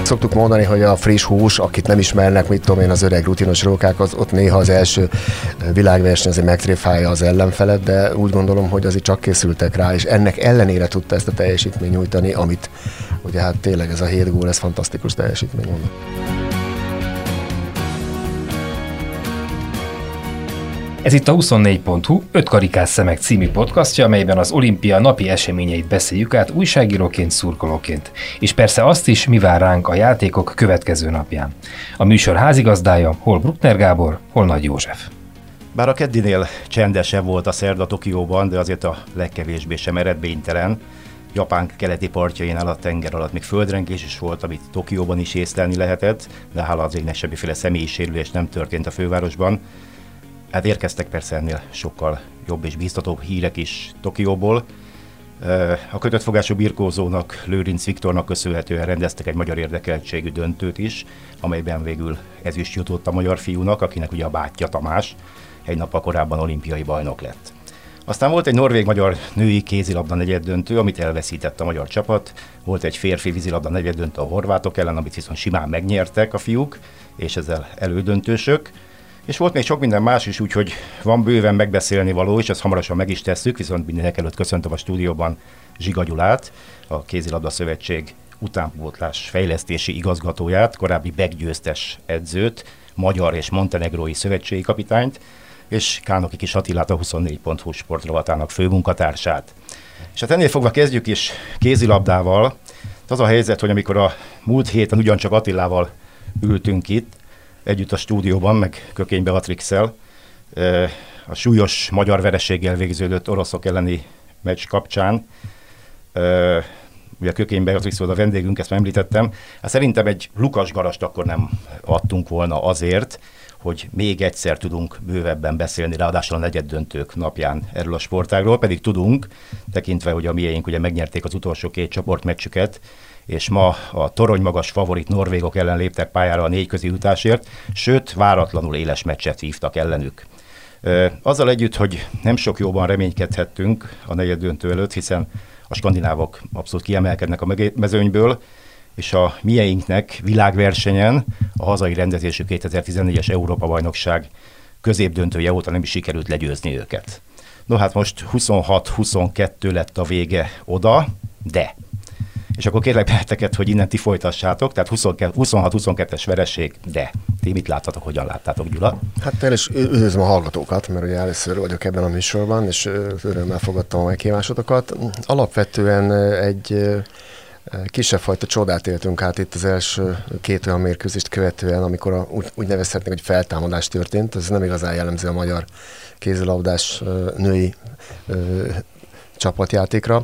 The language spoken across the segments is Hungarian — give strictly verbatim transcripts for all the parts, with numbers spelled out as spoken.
szoktuk mondani, hogy a friss hús, akit nem ismernek, mit tudom én, az öreg rutinos rókák, az ott néha az első világverseny azért megtréfálja az ellenfelet, de úgy gondolom, hogy azért csak készültek rá, és ennek ellenére tudta ezt a teljesítményt nyújtani, amit ugye hát tényleg ez a hét gól, ez fantasztikus teljesítmény mondom. Ez itt a huszonnégy pont hu öt karikás szemek című podcastja, amelyben az olimpia napi eseményeit beszéljük át újságíróként, szurkolóként. És persze azt is, mi vár ránk a játékok következő napján. A műsor házigazdája hol Bruckner Gábor, hol Nagy József. Bár a keddinél csendesebb volt a szerda Tokióban, de azért a legkevésbé sem eredménytelen. Japán keleti partjainál a tenger alatt még földrengés is volt, amit Tokióban is észlelni lehetett, de hála az égnek semmiféle személyi sérülés nem történt a fővárosban. Hát érkeztek persze ennél sokkal jobb és bíztatóbb hírek is Tokióból. A kötött fogású birkózónak, Lőrinc Viktornak köszönhetően rendeztek egy magyar érdekeltségű döntőt is, amelyben végül ezüst jutott a magyar fiúnak, akinek ugye a bátyja Tamás egy nappal korábban olimpiai bajnok lett. Aztán volt egy norvég-magyar női kézilabda negyeddöntő, amit elveszített a magyar csapat. Volt egy férfi vízilabda negyeddöntő a horvátok ellen, amit viszont simán megnyertek a fiúk, és ezzel elődöntősök. És volt még sok minden más is, úgyhogy van bőven megbeszélni való, és ezt hamarosan meg is tesszük, viszont mindenek előtt köszöntöm a stúdióban Zsiga Gyulát, a Kézilabda Szövetség utánpótlás fejlesztési igazgatóját, korábbi beggyőztes edzőt, magyar és montenegrói szövetségi kapitányt, és Kánoki Kis Attilát, a huszonnégy pont hu sportrovatának főmunkatársát. És hát ennél fogva kezdjük is kézilabdával. Az a helyzet, hogy amikor a múlt héten ugyancsak Attilával ültünk itt, együtt a stúdióban, meg Kökény Beatrixszel, a súlyos magyar vereséggel végződött oroszok elleni meccs kapcsán. Ugye Kökény Beatrix volt a vendégünk, ezt már említettem. Hát szerintem egy Lukas garast akkor nem adtunk volna azért, hogy még egyszer tudunk bővebben beszélni, ráadásul a negyeddöntők napján erről a sportágról, pedig tudunk, tekintve, hogy a miénk ugye megnyerték az utolsó két csoportmeccsüket, és ma a toronymagas favorit norvégok ellen léptek pályára a négy közi jutásért, sőt, váratlanul éles meccset vívtak ellenük. Azzal együtt, hogy nem sok jóban reménykedhettünk a negyeddöntő előtt, hiszen a skandinávok abszolút kiemelkednek a mezőnyből, és a mieinknek világversenyen a hazai rendezésű kétezer-tizennégyes Európa-bajnokság középdöntője óta nem is sikerült legyőzni őket. No hát most huszonhat huszonkettő lett a vége oda, de... És akkor kérlek benneteket, hogy innen ti folytassátok, tehát huszonhat huszonkettes vereség, de ti mit láttatok, hogyan láttátok, Gyula? Hát el is üdvözlöm a hallgatókat, mert ugye először vagyok ebben a műsorban, és örömmel fogadtam a meghívásotokat. Alapvetően egy kisebb fajta csodát éltünk át itt az első két olyan mérkőzést követően, amikor a, úgy, úgy nevezhetnénk, hogy feltámadás történt. Ez nem igazán jellemző a magyar kézilabdás női ö, csapatjátékra.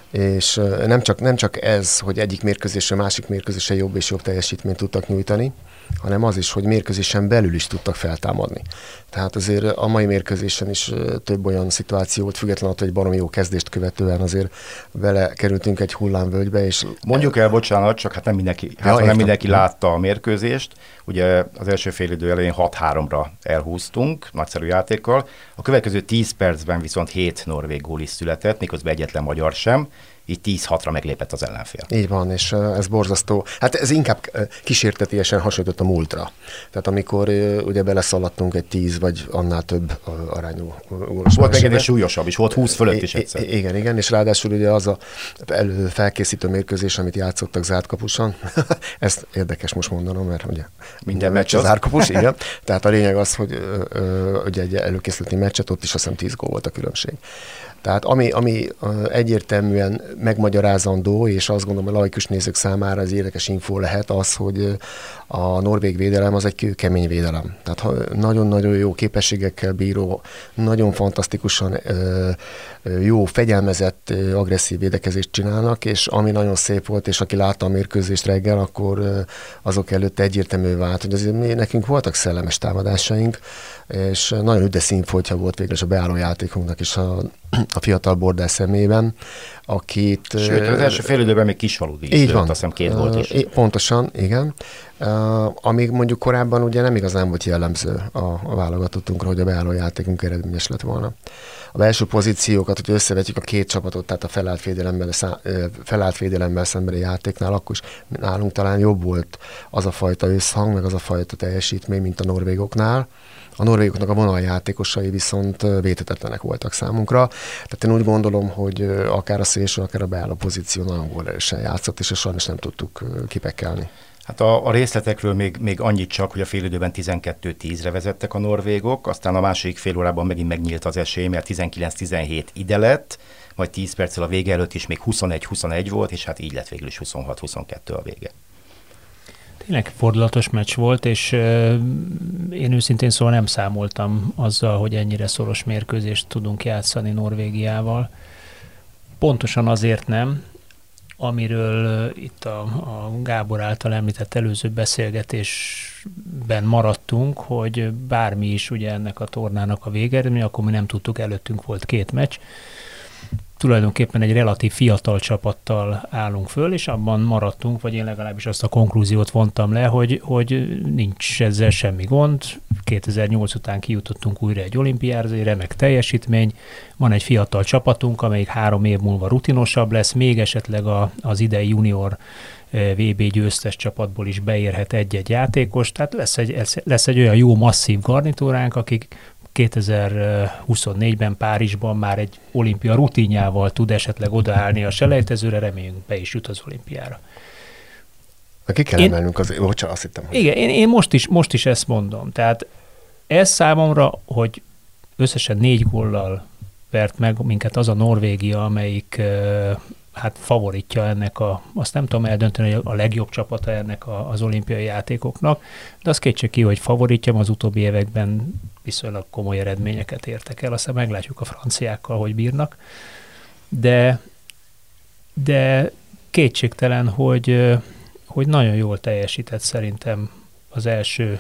És nem csak, nem csak ez, hogy egyik mérkőzésre, másik mérkőzésre jobb és jobb teljesítményt tudtak nyújtani, hanem az is, hogy mérkőzésen belül is tudtak feltámadni. Tehát azért a mai mérkőzésen is több olyan szituáció volt, függetlenül attól, hogy baromi jó kezdést követően azért vele kerültünk egy hullámvölgybe. És mondjuk el, bocsánat, csak hát nem mindenki, hát ja, nem mindenki látta a mérkőzést. Ugye az első félidő elején hat háromra elhúztunk, nagyszerű játékkal. A következő tíz percben viszont hét norvég gól is született, miközben egyetlen magyar sem. Így tíz hatra meglépett az ellenfél. Így van, és ez borzasztó. Hát ez inkább kísértetiesen hasonlított a múltra. Tehát amikor ugye beleszaladtunk egy tíz vagy annál több arányú gólos. Volt meg egy súlyosabb is, volt húsz fölött is egyszer. Igen, igen, és ráadásul ugye az a felkészítő mérkőzés, amit játszottak zárt kapuson. Ezt érdekes most mondanom, mert ugye minden meccs az zárt kapus, igen. Tehát a lényeg az, hogy ugye egy előkészületi meccset, ott is azt hiszem tíz gól volt a különbség. Tehát ami, ami egyértelműen megmagyarázandó, és azt gondolom, a laikus nézők számára az érdekes infó lehet az, hogy a norvég védelem az egy kőkemény védelem. Tehát nagyon-nagyon jó képességekkel bíró, nagyon fantasztikusan jó, fegyelmezett, agresszív védekezést csinálnak, és ami nagyon szép volt, és aki látta a mérkőzést reggel, akkor azok előtt egyértelmű vált, hogy azért mi, nekünk voltak szellemes támadásaink, és nagyon üdes színfoltja volt végül a beálló játékunknak is a, a fiatal Bordás szemében, akit... Sőt, az első fél időben még Kisvaludi is lőtt, azt hiszem két volt is. Pontosan, igen. Uh, amíg mondjuk korábban ugye nem igazán volt jellemző a, a válogatottunkra, hogy a beálló játékunk eredményes lett volna. a belső pozíciókat, hogy összevetjük a két csapatot, tehát a felállt védelemmel, felállt védelemmel szembeni játéknál, akkor is nálunk talán jobb volt az a fajta összhang, meg az a fajta teljesítmény, mint a norvégoknál. A norvégoknak a vonaljátékosai viszont vétetetlenek voltak számunkra. Tehát én úgy gondolom, hogy akár a szélső, akár a beálló pozíció nagyon gólerősen játszott, és sajnos nem tudtuk kipekkelni. Hát a, a részletekről még, még annyit csak, hogy a félidőben tizenkettő tízre vezettek a norvégok, aztán a második fél órában megint megnyílt az esély, mert tizenkilenc tizenhét ide lett, majd tíz perccel a vége előtt is még huszonegy huszonegy volt, és hát így lett végül is huszonhat huszonkettő a vége. Tényleg fordulatos meccs volt, és euh, én őszintén szóval nem számoltam azzal, hogy ennyire szoros mérkőzést tudunk játszani Norvégiával. Pontosan azért nem, amiről uh, itt a, a Gábor által említett előző beszélgetésben maradtunk, hogy bármi is ugye ennek a tornának a végeredmény, akkor mi nem tudtuk, előttünk volt két meccs. Tulajdonképpen egy relatív fiatal csapattal állunk föl, és abban maradtunk, vagy én legalábbis azt a konklúziót vontam le, hogy, hogy nincs ezzel semmi gond. kétezer-nyolc után kijutottunk újra egy olimpiára, ez egy remek teljesítmény. Van egy fiatal csapatunk, amelyik három év múlva rutinosabb lesz, még esetleg a, az idei junior vé bé győztes csapatból is beérhet egy-egy játékos, tehát lesz egy, lesz egy olyan jó masszív garnitúránk, akik kétezer-huszonnégyben Párizsban már egy olimpia rutinjával tud esetleg odaállni a selejtezőre, reméljünk be is jut az olimpiára. Ki kell én, emelnünk az... Bocsánat, azt hittem, hogy... Igen, én, én most, is, most is ezt mondom. Tehát ez számomra, hogy összesen négy góllal vert meg minket az a Norvégia, amelyik hát favoritja ennek a, azt nem tudom eldönteni, hogy a legjobb csapata ennek a, az olimpiai játékoknak, de az kétség ki, hogy favoritja, az utóbbi években viszonylag komoly eredményeket értek el, aztán meglátjuk a franciákkal, hogy bírnak, de, de kétségtelen, hogy, hogy nagyon jól teljesített szerintem az első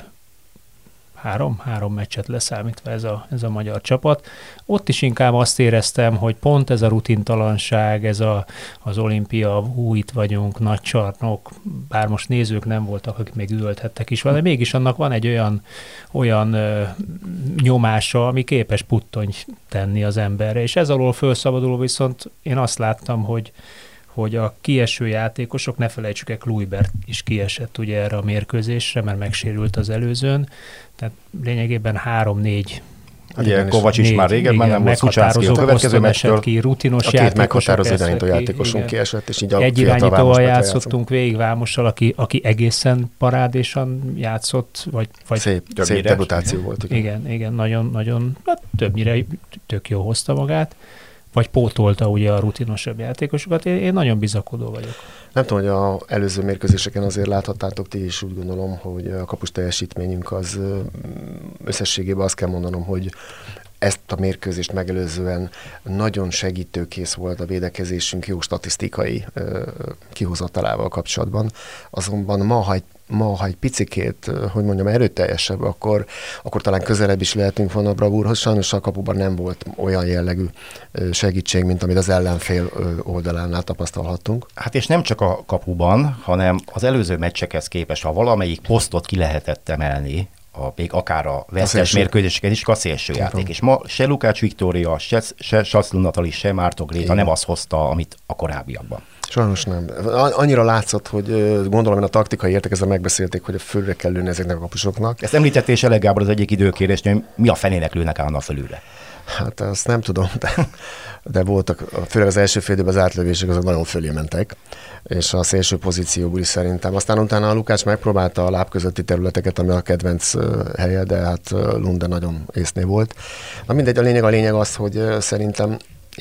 Három, három meccset leszámítva ez a, ez a magyar csapat. Ott is inkább azt éreztem, hogy pont ez a rutintalanság, ez a, az olimpia, hú, itt vagyunk, nagy csarnok, bár most nézők nem voltak, akik még üvölthettek is, de mégis annak van egy olyan, olyan ö, nyomása, ami képes puttony tenni az emberre, és ez alól felszabaduló viszont én azt láttam, hogy hogy a kieső játékosok, ne felejtsük el, Kluivert is kiesett ugye erre a mérkőzésre, mert megsérült az előzőn, tehát lényegében három-négy Ugye Kovacs is már régebben nem volt, Szucsánszki a következő meccstől. Ki, rutinos a két meghatározó irányító játékosunk kiesett, és így a egy irányítóval játszottunk végig Vámossal, aki, aki egészen parádésan játszott, vagy, vagy szép, szép debutáció volt. Igen, igen, igen nagyon, nagyon, hát többnyire tök jó hozta magát, vagy pótolta ugye a rutinosabb játékosokat. Én, én nagyon bizakodó vagyok. Nem tudom, hogy az előző mérkőzéseken azért láthattátok ti is, úgy gondolom, hogy a kapus teljesítményünk az összességében azt kell mondanom, hogy ezt a mérkőzést megelőzően nagyon segítőkész volt a védekezésünk jó statisztikai kihozatalával kapcsolatban. Azonban ma, ha egy, ma, ha egy picikét, hogy mondjam, erőteljesebb, akkor, akkor talán közelebb is lehetünk volna a bravúrhoz. Sajnos a kapuban nem volt olyan jellegű segítség, mint amit az ellenfél oldalánál tapasztalhattunk. Hát és nem csak a kapuban, hanem az előző meccsekhez képest, ha valamelyik posztot ki lehetett emelni, a, még akár a vesztes mérkőzéseket is, a szélső játék. És ma se Lukács Viktória, se, se Saszló Natali, se Márton Gréta nem azt hozta, amit a korábbiakban. Sajnos nem. Annyira látszott, hogy gondolom, hogy a taktikai értekezve megbeszélték, hogy fölre kell lőni ezeknek a kapusoknak. Ezt említettél is elég, Gábor, az egyik időkérésnél, hogy mi a fenének lőnek állna fölülre? Hát azt nem tudom, de, de voltak, főleg az első fél időben az átlövések azok nagyon fölé mentek, és a szélső pozícióból is szerintem. Aztán utána a Lukács megpróbálta a láb közötti területeket, ami a kedvenc helye, de hát Lunde nagyon észné volt. Na mindegy, a lényeg a lényeg az, hogy szerintem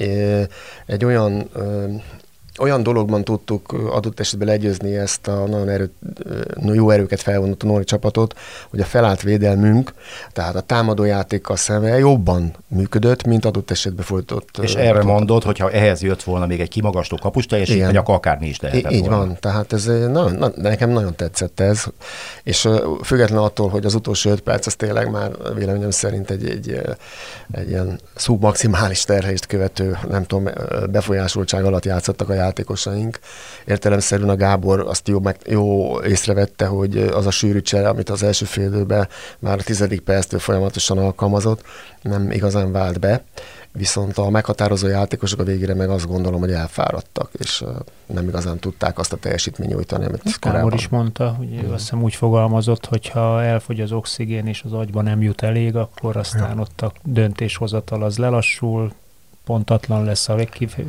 egy olyan olyan dologban tudtuk adott esetben legyőzni ezt a nagyon erő, jó erőket felvonó Nori csapatot, hogy a felállt védelmünk, tehát a támadójátékkal szemben jobban működött, mint adott esetben folytott. És erre folytott. Mondod, hogyha ehhez jött volna még egy kimagasló kapus teljesítmény, akkor akármi is lehetett Így volna. van, tehát ez nagyon, na, nekem nagyon tetszett ez, és független attól, hogy az utolsó öt perc az tényleg már véleményem szerint egy, egy, egy ilyen szubmaximális terhelést követő, nem tudom, befolyásoltság alatt játszottak a játékosaink. Értelemszerűen a Gábor azt jó, meg, jó észrevette, hogy az a sűrű csere, amit az első fél időben már a tizedik perctől folyamatosan alkalmazott, nem igazán vált be, viszont a meghatározó játékosok a végére meg azt gondolom, hogy elfáradtak, és nem igazán tudták azt a teljesítményt nyújtani, amit ezt korábban. Kámor is mondta, hogy mm. azt hiszem úgy fogalmazott, hogy ha elfogy az oxigén és az agyba nem jut elég, akkor aztán ja. ott a döntéshozatal az lelassul, pontatlan lesz a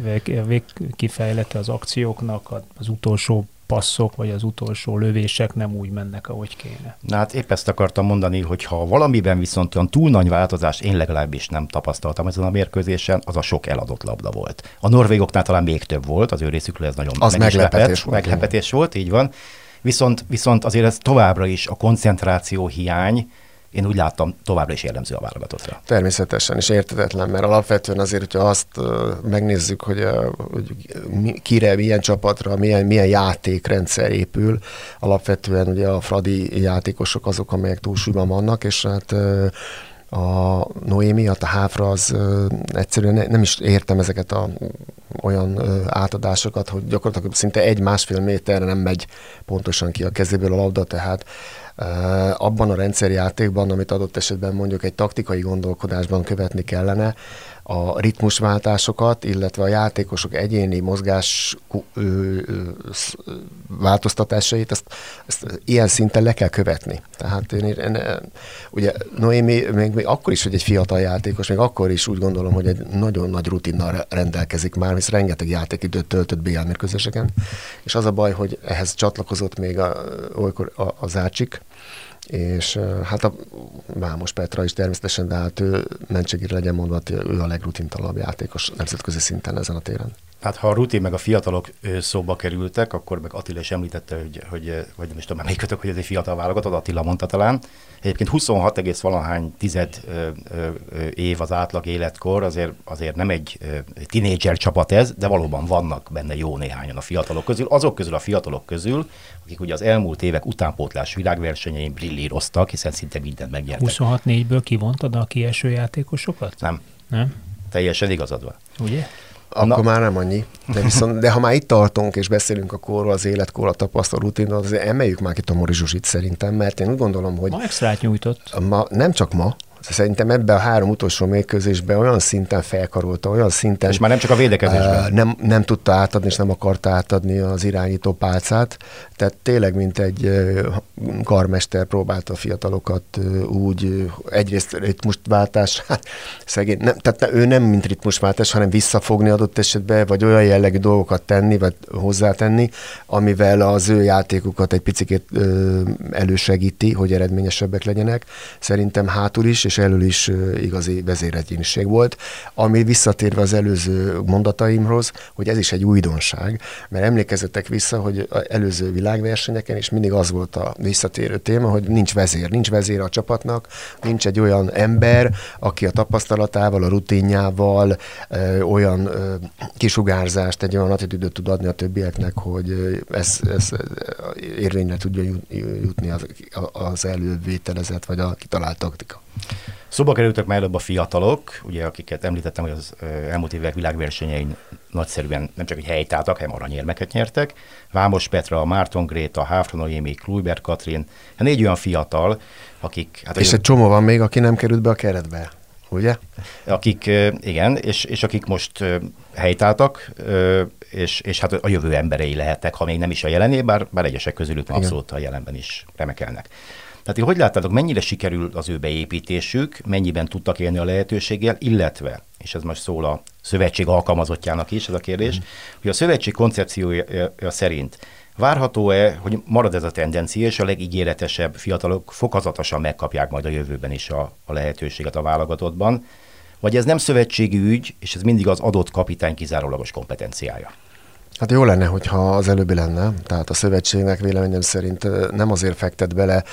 végkifejlete az akcióknak, az utolsó passzok, vagy az utolsó lövések nem úgy mennek, ahogy kéne. Na hát épp ezt akartam mondani, hogy ha valamiben viszont olyan túl nagy változás, én legalábbis nem tapasztaltam ezen a mérkőzésen, az a sok eladott labda volt. A norvégoknál talán még több volt, az ő részükről ez nagyon az meglepetés volt. Meglepetés volt, így van. Viszont, viszont azért ez továbbra is a koncentráció hiány, én úgy láttam, továbbra is jellemző a válogatottra. Természetesen, és értetetlen, mert alapvetően azért, hogyha azt uh, megnézzük, hogy, uh, hogy kire, milyen csapatra, milyen, milyen játékrendszer épül, alapvetően ugye a fradi játékosok azok, amelyek túlsúlyban vannak, és hát uh, a Noémi, a Háfra az uh, egyszerűen ne, nem is értem ezeket a olyan uh, átadásokat, hogy gyakorlatilag szinte egy-másfél méterre nem megy pontosan ki a kezéből a labda, tehát Uh, abban a rendszerjátékban, amit adott esetben mondjuk egy taktikai gondolkodásban követni kellene, a ritmusváltásokat, illetve a játékosok egyéni mozgás ö, ö, változtatásait, ezt, ezt ilyen szinten le kell követni. Tehát én, én ugye Noémi még, még akkor is, hogy egy fiatal játékos, még akkor is úgy gondolom, hogy egy nagyon nagy rutinnal rendelkezik már, hisz rengeteg játékidőt töltött bé el mérkőzéseken, és az a baj, hogy ehhez csatlakozott még a, olykor a, a Zácsik, és hát a Vámos Petra is természetesen, de hát ő mentségére legyen mondva, ő a legrutintalabb játékos nemzetközi szinten ezen a téren. Hát ha a rutin meg a fiatalok szóba kerültek, akkor meg Attila is említette, hogy, hogy vagy nem is tudom, melyikötök, hogy ez egy fiatal válogatott, Attila mondta talán. Egyébként huszonhat egész valahány tized ö, ö, év az átlag életkor, azért, azért nem egy tinédzser csapat ez, de valóban vannak benne jó néhányan a fiatalok közül. Azok közül a fiatalok közül, akik ugye az elmúlt évek utánpótlás világversenyein brillíroztak, hiszen szinte mindent megnyertek. huszonhat négyből kivontad a kieső játékosokat? Nem. Nem? Teljesen igazad van. Ugye? Akkor Na. már nem annyi. De, viszont, de ha már itt tartunk, és beszélünk a korról, az életkorról, a tapasztalat rutinról, azért emeljük már itt a Mori Zsuzsit szerintem, mert én úgy gondolom, hogy... Ma extrát nyújtott. Ma, nem csak ma, szerintem ebben a három utolsó mérkőzésben olyan szinten felkarolta, olyan szinten... És már nem csak a védekezésben. Uh, nem, nem tudta átadni, és nem akarta átadni az irányító pálcát. Tehát tényleg, mint egy uh, karmester próbálta a fiatalokat uh, úgy, uh, egyrészt ritmusváltás, hát szegény, nem, tehát ő nem mint ritmusváltás, hanem visszafogni adott esetben, vagy olyan jellegű dolgokat tenni, vagy hozzátenni, amivel az ő játékukat egy picit uh, elősegíti, hogy eredményesebbek legyenek. Szerintem hátul is, és elől is igazi vezéregyéniség volt, ami visszatérve az előző mondataimhoz, hogy ez is egy újdonság, mert emlékezzetek vissza, hogy az előző világversenyeken is mindig az volt a visszatérő téma, hogy nincs vezér, nincs vezér a csapatnak, nincs egy olyan ember, aki a tapasztalatával, a rutinjával ö, olyan ö, kisugárzást, egy olyan attitűdöt tud adni a többieknek, hogy ez, ez érvényre tudja jutni az, az elővételezett, vagy a kitalált taktika. Szóba kerültek már előbb a fiatalok, ugye, akiket említettem, hogy az elmúlt évek világversenyein nagyszerűen nem csak egy helytáltak, hanem aranyérmeket nyertek. Vámos Petra, Márton Gréta, Háfra Noémi, Kluivert Katrin, négy olyan fiatal, akik... Hát és egy, egy csomó van még, aki nem került be a keretbe, ugye? Akik, igen, és, és akik most helytáltak, és, és hát a jövő emberei lehetnek, ha még nem is a jelené, bár, bár egyesek közülük abszolút a jelenben is remekelnek. Tehát hogy láttátok, mennyire sikerül az ő beépítésük, mennyiben tudtak élni a lehetőséggel, illetve, és ez most szól a szövetség alkalmazottjának is ez a kérdés, mm. hogy a szövetség koncepciója szerint várható-e, hogy marad ez a tendencia, és a legígéretesebb fiatalok fokozatosan megkapják majd a jövőben is a, a lehetőséget a válogatottban, vagy ez nem szövetségi ügy, és ez mindig az adott kapitány kizárólagos kompetenciája? Hát jó lenne, hogyha az előbbi lenne, tehát a szövetségnek véleményem szerint nem azért fektet bele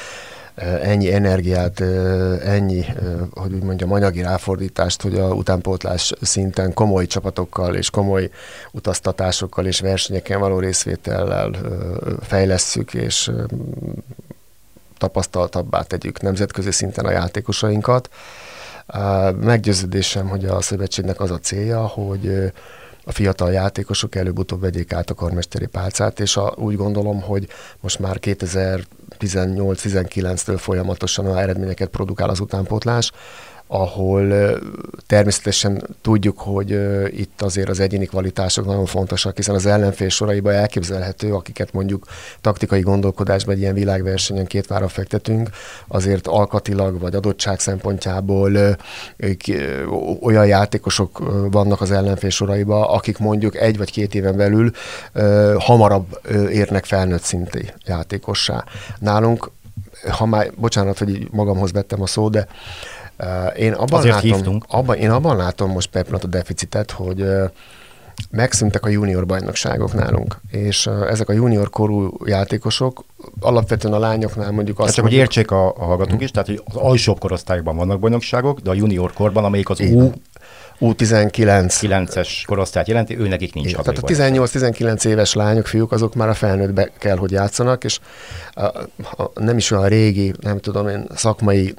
ennyi energiát, ennyi, hogy úgy mondjam, anyagi ráfordítást, hogy a utánpótlás szinten komoly csapatokkal és komoly utaztatásokkal és versenyeken való részvétellel fejlesszük, és tapasztaltabbá tegyük nemzetközi szinten a játékosainkat. Meggyőződésem, hogy a szövetségnek az a célja, hogy a fiatal játékosok előbb-utóbb vegyék át a karmesteri pálcát, és a, úgy gondolom, hogy most már kétezer-tizennyolc-tizenkilenctől folyamatosan a eredményeket produkál az utánpótlás. ahol természetesen tudjuk, hogy itt azért az egyéni kvalitások nagyon fontosak, hiszen az ellenfél soraiba elképzelhető, akiket mondjuk taktikai gondolkodásban egy ilyen világversenyen két vára fektetünk, azért alkatilag vagy adottság szempontjából olyan játékosok vannak az ellenfél soraiba, akik mondjuk egy vagy két éven belül hamarabb érnek felnőtt szinti játékossá. Nálunk, ha már, bocsánat, hogy így magamhoz vettem a szót, de uh, én, abban látom, abban, én abban látom most per pillanat a deficitet, hogy uh, megszűntek a junior bajnokságok nálunk, és uh, ezek a junior korú játékosok alapvetően a lányoknál mondjuk azt... Csak hogy értsék a, a hallgatók hmm. is, tehát hogy az alsóbb korosztályokban vannak bajnokságok, de a junior korban, amelyik az U... U tizenkilenc kilences korosztályt jelenti, ő nekik nincs. Igen, tehát a tizennyolc-tizenkilenc éves lányok, fiúk, azok már a felnőttbe kell, hogy játszanak, és a, a, nem is olyan régi, nem tudom én, szakmai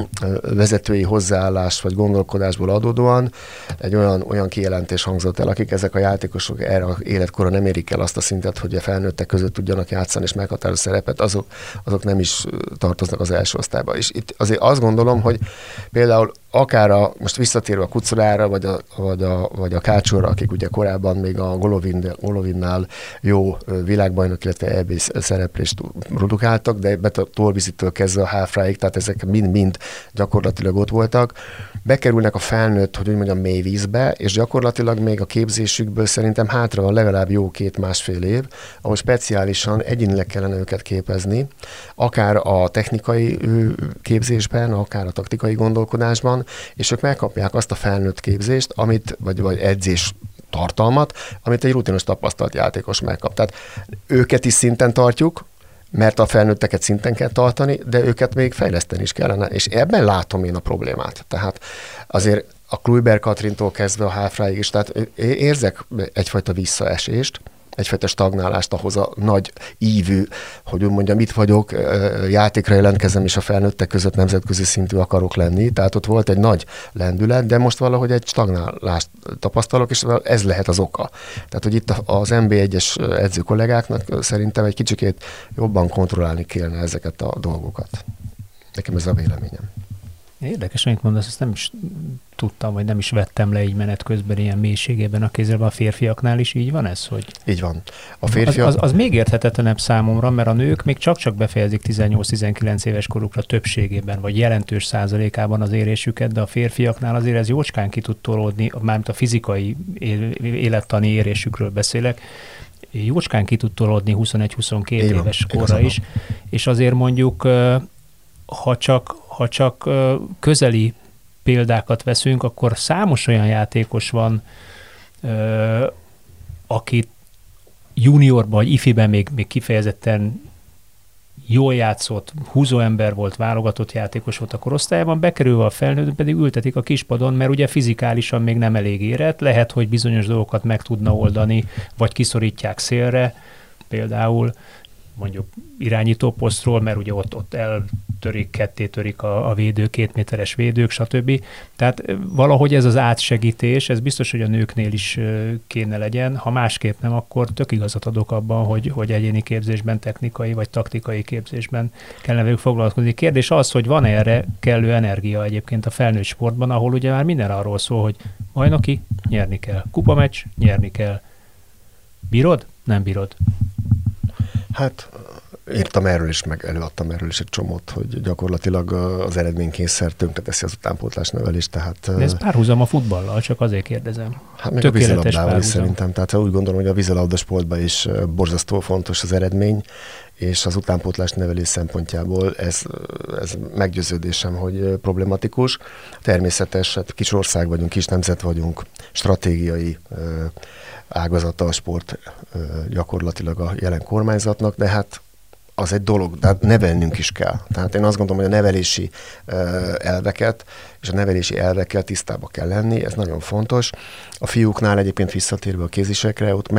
vezetői hozzáállás vagy gondolkodásból adódóan egy olyan, olyan kijelentés hangzott el, akik ezek a játékosok erre az életkorra nem érik el azt a szintet, hogy a felnőttek között tudjanak játszani és meghatározó szerepet, azok, azok nem is tartoznak az első osztályba. És itt azért azt gondolom, hogy például akár a, most visszatérve a Kucorára, vagy a, vagy a, vagy a Kácsorra, akik ugye korábban még a Golovin, Golovinnál jó világbajnok, illetve é bé szereplést produkáltak, de a Tolvizitől kezdve a Háfráig, tehát ezek mind-mind gyakorlatilag ott voltak. Bekerülnek a felnőtt, hogy úgy mondjam, mély vízbe, és gyakorlatilag még a képzésükből szerintem hátra van legalább jó két-másfél év, ahol speciálisan egyénileg kellene őket képezni, akár a technikai képzésben, akár a taktikai gondolkodásban, és ők megkapják azt a felnőtt képzést, amit, vagy, vagy edzés tartalmat, amit egy rutinos tapasztalt játékos megkap. Tehát őket is szinten tartjuk, mert a felnőtteket szinten kell tartani, de őket még fejleszteni is kellene, és ebben látom én a problémát. Tehát azért a Kluiber Katrintól kezdve a Háfráig is, tehát érzek egyfajta visszaesést, egyfajta stagnálást ahhoz a nagy ívű, hogy úgy mondjam, itt vagyok, játékra jelentkezem, és a felnőttek között nemzetközi szintű akarok lenni. Tehát ott volt egy nagy lendület, de most valahogy egy stagnálást tapasztalok, és ez lehet az oka. Tehát, hogy itt az en bé egyes edző kollégáknak szerintem egy kicsikét jobban kontrollálni kellene ezeket a dolgokat. Nekem ez a véleményem. Érdekes, amit mondasz, ezt nem is tudtam, vagy nem is vettem le így menet közben ilyen mélységében a kézzelben. A férfiaknál is így van ez? Hogy így van. A férfiak... az, az, az még érthetetlenebb számomra, mert a nők még csak-csak befejezik tizennyolc-tizenkilenc éves korukra többségében, vagy jelentős százalékában az érésüket, de a férfiaknál azért ez jócskán ki tud tolódni, mármint a fizikai élettani érésükről beszélek, jócskán ki tud tolódni huszonegy-huszonkét éves korra is, és azért mondjuk, ha csak Ha csak közeli példákat veszünk, akkor számos olyan játékos van, akit juniorban vagy ifiben még, még kifejezetten jól játszott, húzóember volt, válogatott játékos volt a korosztályában, bekerülve a felnőtt pedig ültetik a kispadon, mert ugye fizikálisan még nem elég érett, lehet, hogy bizonyos dolgokat meg tudna oldani, vagy kiszorítják szélre, például mondjuk irányító posztról, mert ugye ott, ott eltörik, ketté törik a, a védő, két méteres védők, stb. Tehát valahogy ez az átsegítés, ez biztos, hogy a nőknél is kéne legyen, ha másképp nem, akkor tök igazat adok abban, hogy, hogy egyéni képzésben, technikai vagy taktikai képzésben kellene velük foglalkozni. Kérdés az, hogy van erre kellő energia egyébként a felnőtt sportban, ahol ugye már minden arról szól, hogy bajnoki, nyerni kell, kupameccs, nyerni kell. Bírod? Nem bírod. Hát írtam erről is, meg előadtam erről is egy csomót, hogy gyakorlatilag az eredménykényszer tönkreteszi az utánpótlás nevelést. Tehát, de ez párhuzam a futballal, csak azért kérdezem. Hát meg tökéletes a vízilabdával is szerintem. Tehát úgy gondolom, hogy a vízilabda sportban is borzasztó fontos az eredmény, és az utánpótlás nevelés szempontjából ez, ez meggyőződésem, hogy problematikus. Természetes, hát kis ország vagyunk, kis nemzet vagyunk, stratégiai ágazata a sport gyakorlatilag a jelen kormányzatnak, de hát az egy dolog, de nevelnünk is kell. Tehát én azt gondolom, hogy a nevelési elveket és a nevelési elvekkel tisztába kell lenni, ez nagyon fontos. A fiúknál egyébként visszatérve a kézisekre, ott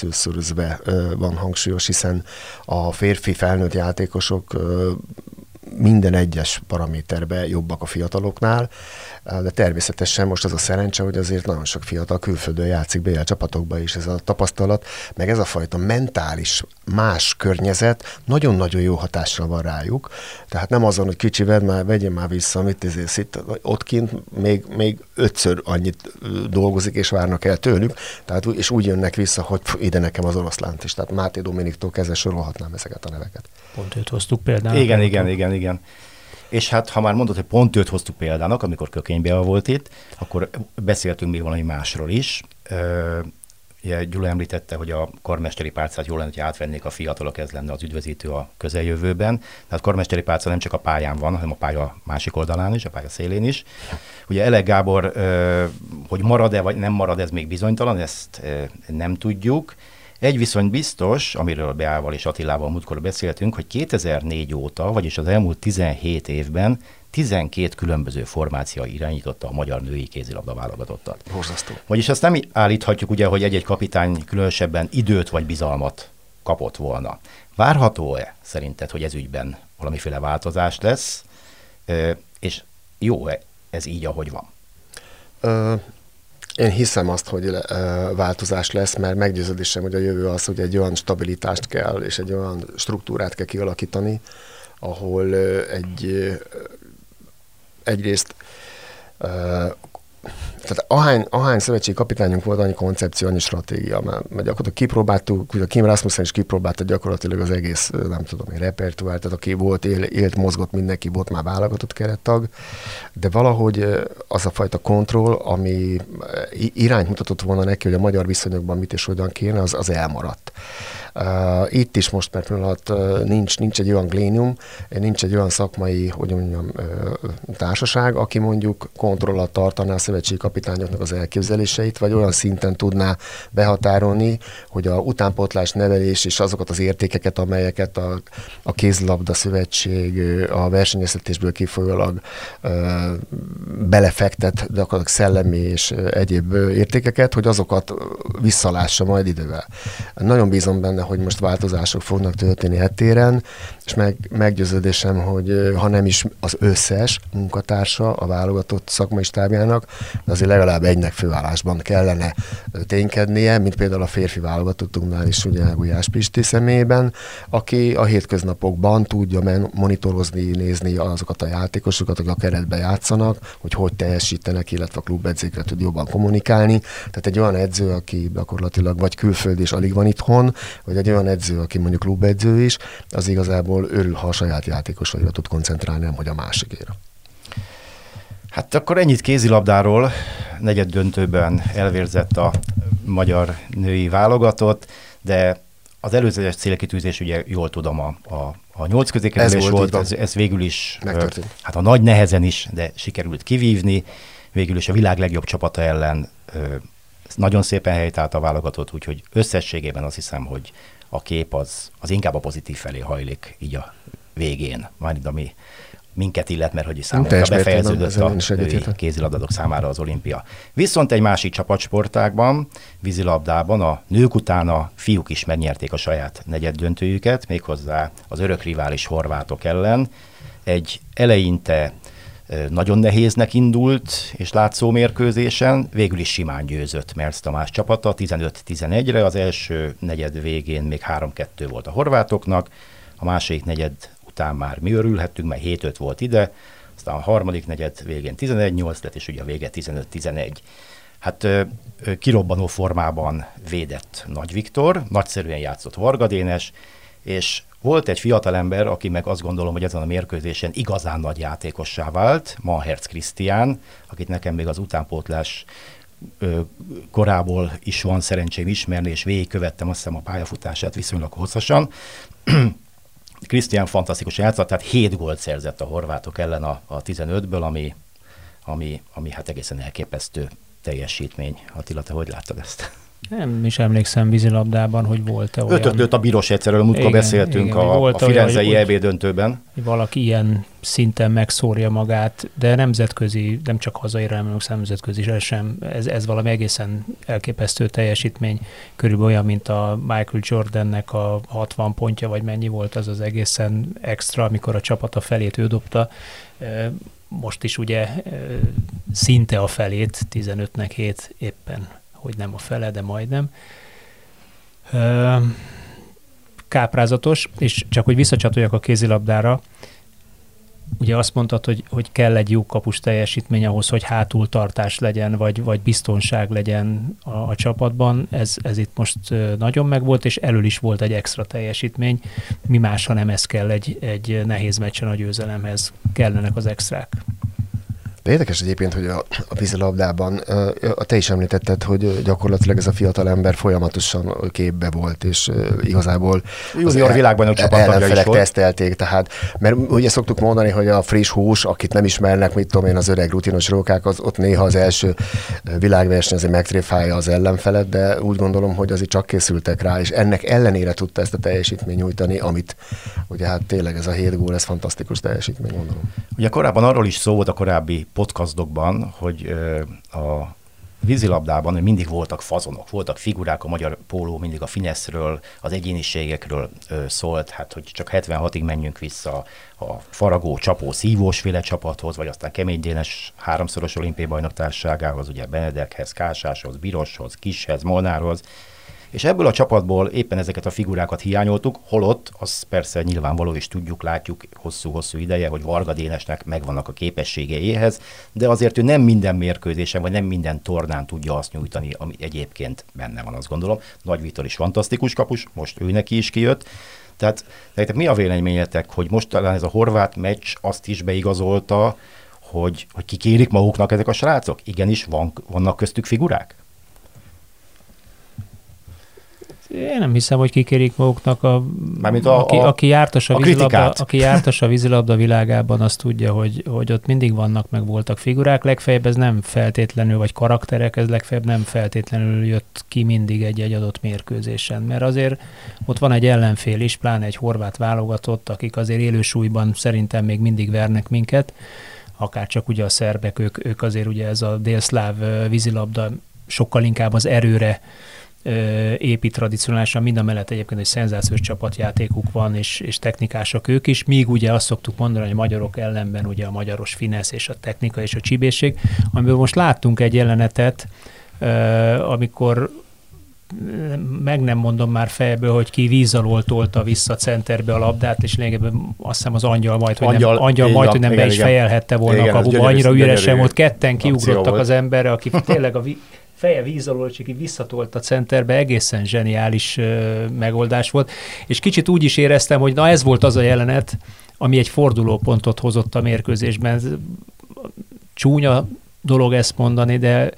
megkettőszörözve van hangsúlyos, hiszen a férfi felnőtt játékosok minden egyes paraméterben jobbak a fiataloknál, de természetesen most az a szerencse, hogy azért nagyon sok fiatal külföldön játszik bé el csapatokba is, ez a tapasztalat, meg ez a fajta mentális más környezet nagyon-nagyon jó hatással van rájuk. Tehát nem azon, hogy kicsi, vedd már, vegyél már vissza, mit ezért itt, ott kint még, még ötször annyit dolgozik, és várnak el tőlük, tehát, és úgy jönnek vissza, hogy pff, ide nekem az oroszlánt is. Tehát Máté Dominiktól kezdve sorolhatnám ezeket a neveket. Pont őt hoztuk például. Igen, igen, igen, igen. És hát, ha már mondod, hogy pont őt hoztuk példának, amikor Kökénybe volt itt, akkor beszéltünk még valami másról is. Ugye Gyula említette, hogy a karmesteri pálcát jól lenne, hogy átvennék a fiatalok, ez lenne az üdvözítő a közeljövőben. Tehát karmesteri pálca nem csak a pályán van, hanem a pálya másik oldalán is, a pálya szélén is. Ugye Elek Gábor, hogy marad-e vagy nem marad, ez még bizonytalan, ezt nem tudjuk. Egy viszont biztos, amiről Beával és Attilával múltkor beszéltünk, hogy kétezer-négy óta, vagyis az elmúlt tizenhét évben tizenkét különböző formáció irányította a magyar női kézilabda válogatottat. Borzasztó. Vagyis azt nem állíthatjuk ugye, hogy egy-egy kapitány különösebben időt vagy bizalmat kapott volna. Várható-e szerinted, hogy ez ügyben valamiféle változás lesz, és jó-e ez így, ahogy van? Ö, én hiszem azt, hogy ö, változás lesz, mert meggyőződésem, hogy a jövő az, hogy egy olyan stabilitást kell, és egy olyan struktúrát kell kialakítani, ahol ö, egy ö, egyrészt ö, tehát ahány, ahány szövetségi kapitányunk volt, annyi koncepció, annyi stratégia, mert, mert gyakorlatilag kipróbáltuk, hogy a Kim Rasmussen is kipróbálta gyakorlatilag az egész, nem tudom én, repertoár, tehát aki volt, él, élt, mozgott, mindenki volt már válogatott kerettag, de valahogy az a fajta kontroll, ami irányt mutatott volna neki, hogy a magyar viszonyokban mit és hogyan kéne, az, az elmaradt. Uh, itt is most per pillanat uh, nincs, nincs egy olyan glénium, nincs egy olyan szakmai, hogy mondjam, uh, társaság, aki mondjuk kontroll alatt tartaná a szövetségi kapitányoknak az elképzeléseit, vagy olyan szinten tudná behatárolni, hogy a utánpótlás, nevelés és azokat az értékeket, amelyeket a, a kézilabda szövetség a versenyeztetésből kifolyólag uh, belefektet, de gyakorlatilag szellemi és egyéb értékeket, hogy azokat visszalássa majd idővel. Nagyon bízom benne, hogy most változások fognak történni ettéren, és meg, meggyőződésem, hogy ha nem is az összes munkatársa a válogatott szakmai stábjának, de azért legalább egynek főállásban kellene ténykednie, mint például a férfi válogatottunknál is, ugye Gulyás Pisti személyében, aki a hétköznapokban tudja men- monitorozni, nézni azokat a játékosokat, akik a keretben játszanak, hogy hogy teljesítenek, illetve a klubedzékre tud jobban kommunikálni. Tehát egy olyan edző, aki gyakorlatilag vagy külföld és alig van itthon, vagy egy olyan edző, aki mondjuk klubedző is, az igazából örül, ha a saját játékosaira tud koncentrálni, nem hogy a másikére. Hát akkor ennyit kézilabdáról, negyed döntőben elvérzett a magyar női válogatott, de az előzetes célkitűzés, ugye jól tudom, a, a, a nyolc közékerülés ez volt, ez, ez végül is, megtörtént. Hát a nagy nehezen is, de sikerült kivívni, végül is a világ legjobb csapata ellen nagyon szépen helytált a válogatott, úgyhogy összességében azt hiszem, hogy a kép az, az inkább a pozitív felé hajlik így a végén, majd ami minket illet, mert hogy számunkra befejeződött a női kézilabdázók számára az olimpia. Viszont egy másik csapatsportágban, vízilabdában a nők után a fiúk is megnyerték a saját negyeddöntőjüket, méghozzá az örök rivális horvátok ellen. Egy eleinte nagyon nehéznek indult és látszó mérkőzésen, végül is simán győzött Mersz Tamás csapata, tizenöt tizenegyre, az első negyed végén még három kettő volt a horvátoknak, a második negyed után már mi örülhettünk, mert hét öt volt ide, aztán a harmadik negyed végén tizenegy nyolc lett, és ugye a vége tizenöt tizenegy. Hát kirobbanó formában védett Nagy Viktor, nagyszerűen játszott Varga Dénes, és volt egy fiatalember, aki meg azt gondolom, hogy ezen a mérkőzésen igazán nagy játékossá vált, Manherz Krisztián, akit nekem még az utánpótlás ö, korából is van szerencsém ismerni, és végigkövettem azt hiszem a pályafutását viszonylag hosszasan. Krisztián fantasztikus játszott, tehát hét gólt szerzett a horvátok ellen a, a tizenötből, ami, ami, ami hát egészen elképesztő teljesítmény. Attila, te hogy láttad ezt? Nem is emlékszem vízilabdában, hogy volt-e olyan. Ötöt lőtt a bíros egyszerűen, múltkor beszéltünk igen, a, a Firenzei é bé döntőben. Valaki ilyen szinten megszórja magát, de nemzetközi, nem csak hazai, hanem nemzetközi sem. Ez, ez valami egészen elképesztő teljesítmény. Körülbelül olyan, mint a Michael Jordannek a hatvan pontja, vagy mennyi volt az az egészen extra, amikor a csapat a felét ő dobta. Most is ugye szinte a felét, tizenötnek hét éppen, hogy nem a fele, de majdnem. Káprázatos, és csak hogy visszacsatoljak a kézilabdára, ugye azt mondtad, hogy, hogy kell egy jó kapus teljesítmény ahhoz, hogy hátultartás legyen, vagy, vagy biztonság legyen a, a csapatban. Ez, ez itt most nagyon megvolt, és elől is volt egy extra teljesítmény. Mi más, ha nem ez kell egy, egy nehéz meccsen a győzelemhez. Kellenek az extrák. De érdekes egyébként, hogy a, a vízilabdában, a, te is említetted, hogy gyakorlatilag ez a fiatal ember folyamatosan képbe volt, és igazából junior világban ellenfelek tesztelték, tehát, mert ugye szoktuk mondani, hogy a friss hús, akit nem ismernek, mit tudom én, az öreg rutinos rókák, az ott néha az első világverseny azért megtréfálja az ellenfelet, de úgy gondolom, hogy azért csak készültek rá, és ennek ellenére tudta ezt a teljesítményt nyújtani, amit ugye hát tényleg ez a hét gól, ez fantasztikus teljesítmény, gondolom. Ugye korábban arról is szó volt a korábbi podcastokban, hogy a vízilabdában mindig voltak fazonok, voltak figurák, a magyar póló mindig a fineszről, az egyéniségekről szólt, hát hogy csak hetvenhatig menjünk vissza a faragó, csapó, szívósféle csapathoz, vagy aztán kemény dénes háromszoros olimpiai bajnok társaságához, ugye Benedekhez, Kásáshoz, Biroshoz, Kishez, Molnárhoz, és ebből a csapatból éppen ezeket a figurákat hiányoltuk, holott, az persze nyilvánvaló, és tudjuk, látjuk hosszú-hosszú ideje, hogy Varga Dénesnek megvannak a képességeihez, de azért ő nem minden mérkőzésen, vagy nem minden tornán tudja azt nyújtani, ami egyébként benne van, azt gondolom. Nagy Viktor is fantasztikus kapus, most ő neki is kijött. Tehát, tehát mi a véleményetek, hogy most talán ez a horvát meccs azt is beigazolta, hogy, hogy kikérik maguknak ezek a srácok? Igenis, van, vannak köztük figurák? Én nem hiszem, hogy kikérik maguknak, a, a, aki, a, aki, jártas a, a vízilabda, aki jártas a vízilabda világában, azt tudja, hogy, hogy ott mindig vannak, meg voltak figurák. Legfeljebb ez nem feltétlenül, vagy karakterek, ez legfeljebb nem feltétlenül jött ki mindig egy-egy adott mérkőzésen. Mert azért ott van egy ellenfél is, pláne egy horvát válogatott, akik azért élősúlyban szerintem még mindig vernek minket, akár csak ugye a szerbek, ők, ők azért ugye ez a délszláv vízilabda sokkal inkább az erőre épít tradicionálisan, mind a mellett egyébként egy szenzációs csapatjátékuk van, és, és technikások ők is, míg ugye azt szoktuk mondani, hogy a magyarok ellenben ugye a magyaros finesz és a technika és a csibészség, amiből most láttunk egy jelenetet, amikor meg nem mondom már fejből, hogy ki víz alól tolta vissza a centerbe a labdát, és lényegében azt hiszem az angyal majd, hogy angyal, nem, angyal majd, hogy nem igen, be is igen. fejelhette volna igen, a kapuba, annyira üresen volt, ketten kiugrottak az emberre, aki tényleg a vi- feje víz alól, csak így visszatolt a centerbe, egészen zseniális uh, megoldás volt, és kicsit úgy is éreztem, hogy na ez volt az a jelenet, ami egy fordulópontot hozott a mérkőzésben. Csúnya dolog ezt mondani, de